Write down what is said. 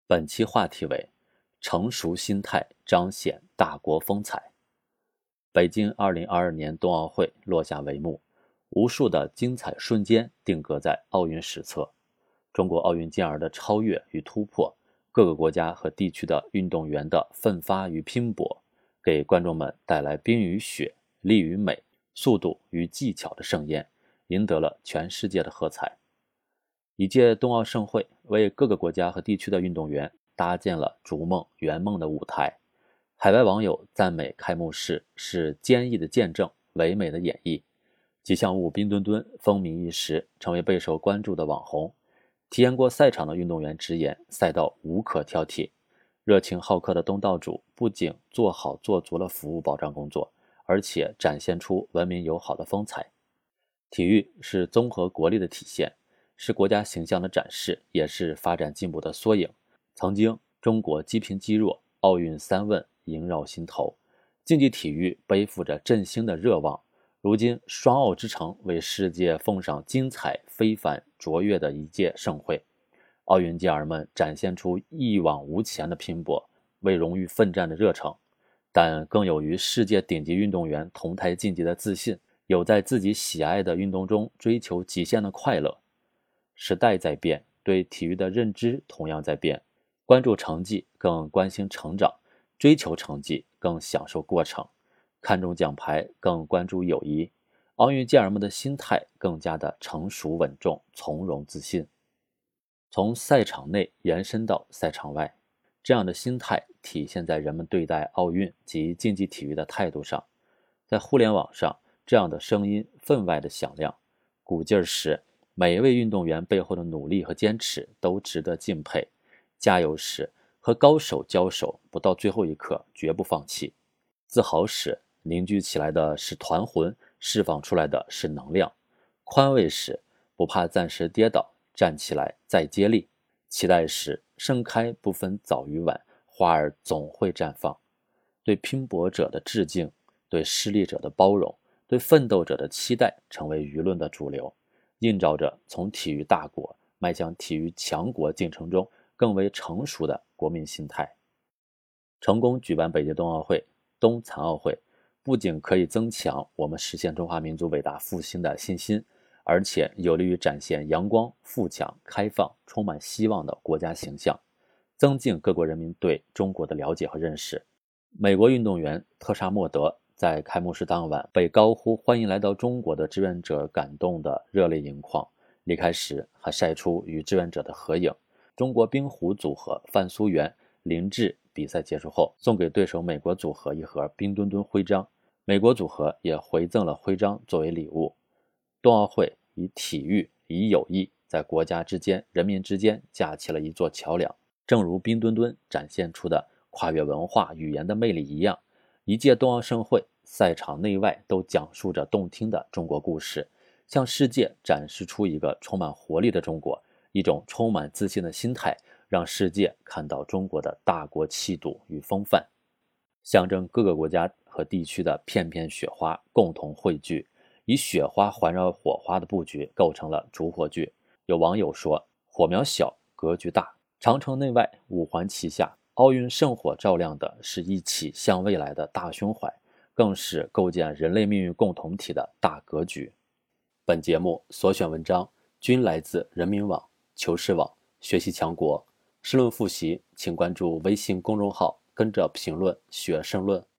本期话题为成熟心态彰显大国风采。北京2022年冬奥会落下帷幕，无数的精彩瞬间定格在奥运史册。中国奥运健儿的超越与突破，各个国家和地区的运动员的奋发与拼搏，给观众们带来冰与雪、力与美、速度与技巧的盛宴，赢得了全世界的喝彩。一届冬奥盛会为各个国家和地区的运动员搭建了逐梦圆梦的舞台。海外网友赞美开幕式是坚毅的见证，唯美的演绎。吉祥物冰墩墩风靡一时，成为备受关注的网红。体验过赛场的运动员直言，赛道无可挑剔。热情好客的东道主不仅做好做足了服务保障工作，而且展现出文明友好的风采。体育是综合国力的体现，是国家形象的展示，也是发展进步的缩影。曾经中国积贫积弱，奥运三问萦绕心头，竞技体育背负着振兴的热望。如今双奥之城为世界奉上精彩非凡卓越的一届盛会，奥运健儿们展现出一往无前的拼搏，为荣誉奋战的热诚，但更有与世界顶级运动员同台竞技的自信，有在自己喜爱的运动中追求极限的快乐。时代在变，对体育的认知同样在变，关注成绩更关心成长，追求成绩更享受过程，看重奖牌更关注友谊。奥运健儿们的心态更加的成熟稳重，从容自信。从赛场内延伸到赛场外，这样的心态体现在人们对待奥运及竞技体育的态度上。在互联网上，这样的声音分外的响亮。鼓劲儿时，每一位运动员背后的努力和坚持都值得敬佩。加油时，和高手交手，不到最后一刻绝不放弃。自豪时，凝聚起来的是团魂，释放出来的是能量。宽慰时，不怕暂时跌倒，站起来再接力。期待时，盛开不分早与晚，花儿总会绽放。对拼搏者的致敬，对失利者的包容，对奋斗者的期待，成为舆论的主流，映照着从体育大国迈向体育强国进程中更为成熟的国民心态。成功举办北京冬奥会、冬残奥会，不仅可以增强我们实现中华民族伟大复兴的信心，而且有利于展现阳光、富强、开放、充满希望的国家形象，增进各国人民对中国的了解和认识。美国运动员特沙莫德在开幕式当晚被高呼欢迎来到中国的志愿者感动的热泪盈眶，离开时还晒出与志愿者的合影。中国冰壶组合范苏元、林志比赛结束后送给对手美国组合一盒冰墩墩徽章，美国组合也回赠了徽章作为礼物。冬奥会以体育、以友谊在国家之间、人民之间架起了一座桥梁，正如冰墩墩展现出的跨越文化语言的魅力一样，一届冬奥盛会赛场内外都讲述着动听的中国故事，向世界展示出一个充满活力的中国，一种充满自信的心态，让世界看到中国的大国气度与风范。象征各个国家和地区的片片雪花共同汇聚，以雪花环绕火花的布局构成了烛火炬。有网友说，火苗小，格局大，长城内外五环旗下，奥运圣火照亮的是一起向未来的大胸怀，更是构建人类命运共同体的大格局。本节目所选文章均来自人民网、求是网、学习强国。申论复习请关注微信公众号，跟着评论学申论。